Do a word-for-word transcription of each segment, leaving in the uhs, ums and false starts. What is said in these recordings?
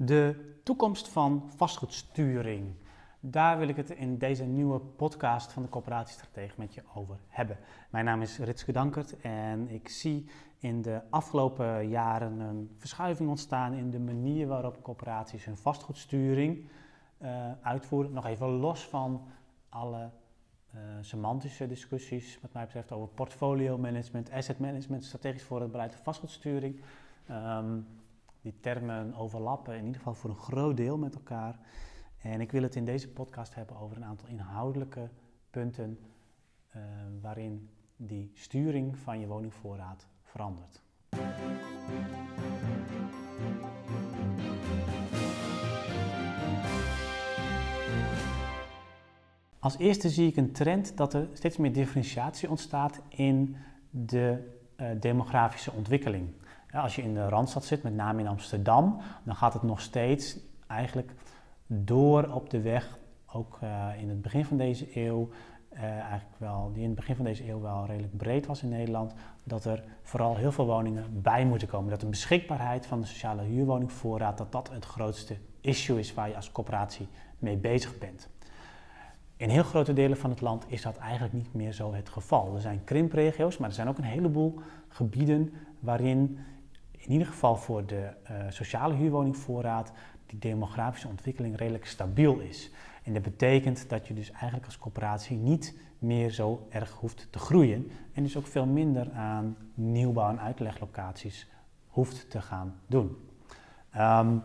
De toekomst van vastgoedsturing. Daar wil ik het in deze nieuwe podcast van de Coöperatiestrategie met je over hebben. Mijn naam is Ritske Dankert en ik zie in de afgelopen jaren een verschuiving ontstaan in de manier waarop coöperaties hun vastgoedsturing uh, uitvoeren. Nog even los van alle uh, semantische discussies, wat mij betreft, over portfolio management, asset management, strategisch voorraadbeleid en vastgoedsturing. Um, Die termen overlappen in ieder geval voor een groot deel met elkaar. En ik wil het in deze podcast hebben over een aantal inhoudelijke punten uh, waarin die sturing van je woningvoorraad verandert. Als eerste zie ik een trend dat er steeds meer differentiatie ontstaat in de uh, demografische ontwikkeling. Ja, als je in de Randstad zit, met name in Amsterdam, dan gaat het nog steeds eigenlijk door op de weg, ook uh, in het begin van deze eeuw, uh, eigenlijk wel, die in het begin van deze eeuw wel redelijk breed was in Nederland, dat er vooral heel veel woningen bij moeten komen. Dat de beschikbaarheid van de sociale huurwoningvoorraad, dat dat het grootste issue is waar je als coöperatie mee bezig bent. In heel grote delen van het land is dat eigenlijk niet meer zo het geval. Er zijn krimpregio's, maar er zijn ook een heleboel gebieden waarin in ieder geval voor de uh, sociale huurwoningvoorraad die demografische ontwikkeling redelijk stabiel is. En dat betekent dat je dus eigenlijk als coöperatie niet meer zo erg hoeft te groeien en dus ook veel minder aan nieuwbouw en uitleglocaties hoeft te gaan doen. Um,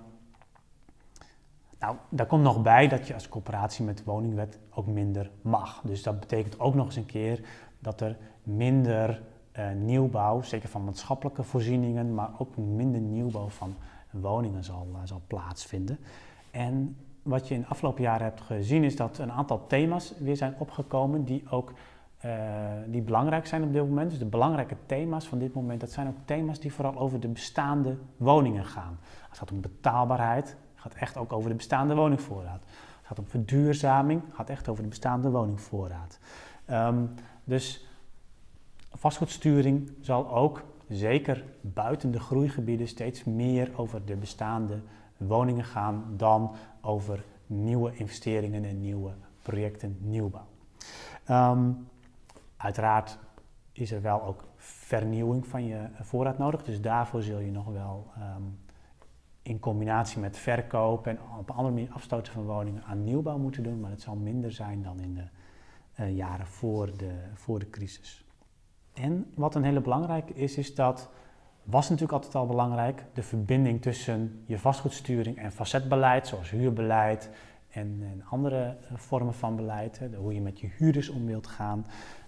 nou, daar komt nog bij dat je als coöperatie met de woningwet ook minder mag. Dus dat betekent ook nog eens een keer dat er minder Uh, nieuwbouw, zeker van maatschappelijke voorzieningen, maar ook minder nieuwbouw van woningen zal, uh, zal plaatsvinden. En wat je in de afgelopen jaren hebt gezien is dat een aantal thema's weer zijn opgekomen die ook uh, die belangrijk zijn op dit moment. Dus de belangrijke thema's van dit moment, dat zijn ook thema's die vooral over de bestaande woningen gaan. Het gaat om betaalbaarheid, het gaat echt ook over de bestaande woningvoorraad. Het gaat om verduurzaming, het gaat echt over de bestaande woningvoorraad. Um, dus vastgoedsturing zal ook, zeker buiten de groeigebieden, steeds meer over de bestaande woningen gaan dan over nieuwe investeringen en nieuwe projecten nieuwbouw. Um, uiteraard is er wel ook vernieuwing van je voorraad nodig, dus daarvoor zul je nog wel um, in combinatie met verkoop en op een andere manier afstoten van woningen aan nieuwbouw moeten doen, maar het zal minder zijn dan in de uh, jaren voor de, voor de crisis. En wat een hele belangrijke is, is dat, was natuurlijk altijd al belangrijk, de verbinding tussen je vastgoedsturing en facetbeleid, zoals huurbeleid en, en andere vormen van beleid, hè, hoe je met je huurders om wilt gaan,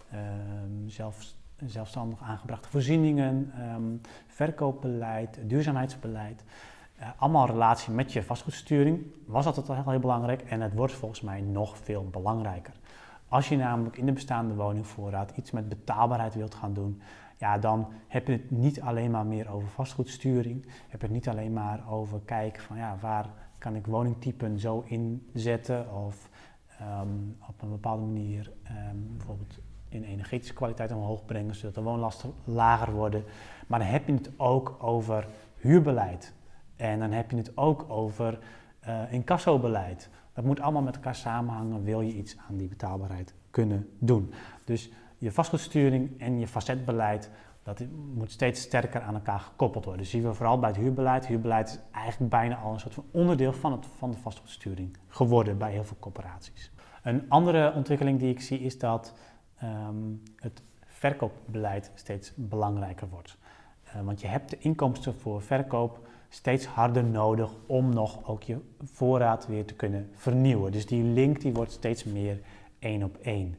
um, zelf, zelfstandig aangebrachte voorzieningen, um, verkoopbeleid, duurzaamheidsbeleid, uh, allemaal relatie met je vastgoedsturing, was altijd al heel belangrijk en het wordt volgens mij nog veel belangrijker. Als je namelijk in de bestaande woningvoorraad iets met betaalbaarheid wilt gaan doen, ja, dan heb je het niet alleen maar meer over vastgoedsturing. Heb je het niet alleen maar over kijken van ja, waar kan ik woningtypen zo inzetten of um, op een bepaalde manier um, bijvoorbeeld in energetische kwaliteit omhoog brengen, zodat de woonlasten lager worden. Maar dan heb je het ook over huurbeleid. En dan heb je het ook over uh, incassobeleid. Dat moet allemaal met elkaar samenhangen, wil je iets aan die betaalbaarheid kunnen doen. Dus je vastgoedsturing en je facetbeleid, dat moet steeds sterker aan elkaar gekoppeld worden. Dat zien we vooral bij het huurbeleid. Huurbeleid is eigenlijk bijna al een soort van onderdeel van, het, van de vastgoedsturing geworden bij heel veel coöperaties. Een andere ontwikkeling die ik zie is dat um, het verkoopbeleid steeds belangrijker wordt. Uh, want je hebt de inkomsten voor verkoop steeds harder nodig om nog ook je voorraad weer te kunnen vernieuwen. Dus die link die wordt steeds meer één op één.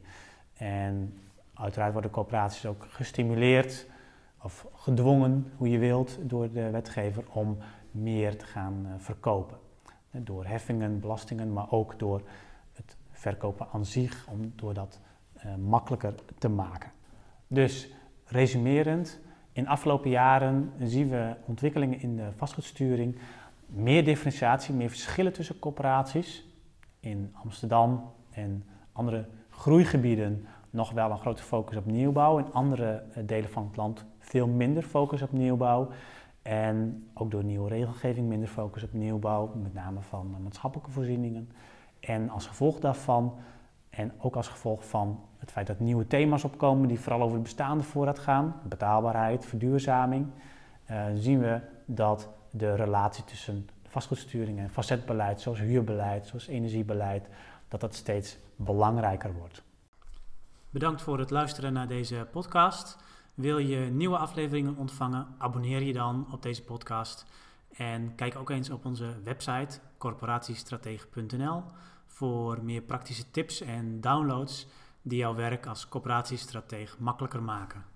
En uiteraard worden coöperaties ook gestimuleerd of gedwongen, hoe je wilt, door de wetgever om meer te gaan uh, verkopen. Door heffingen, belastingen, maar ook door het verkopen aan zich, om door dat uh, makkelijker te maken. Dus resumerend, in de afgelopen jaren zien we ontwikkelingen in de vastgoedsturing, meer differentiatie, meer verschillen tussen coöperaties. In Amsterdam en andere groeigebieden nog wel een grote focus op nieuwbouw. In andere delen van het land veel minder focus op nieuwbouw. En ook door nieuwe regelgeving minder focus op nieuwbouw, met name van maatschappelijke voorzieningen. En als gevolg daarvan, en ook als gevolg van het feit dat nieuwe thema's opkomen die vooral over de bestaande voorraad gaan, betaalbaarheid, verduurzaming, uh, zien we dat de relatie tussen vastgoedsturing en facetbeleid, zoals huurbeleid, zoals energiebeleid, dat dat steeds belangrijker wordt. Bedankt voor het luisteren naar deze podcast. Wil je nieuwe afleveringen ontvangen? Abonneer je dan op deze podcast. En kijk ook eens op onze website corporatiestratege punt n l voor meer praktische tips en downloads die jouw werk als corporatiestratege makkelijker maken.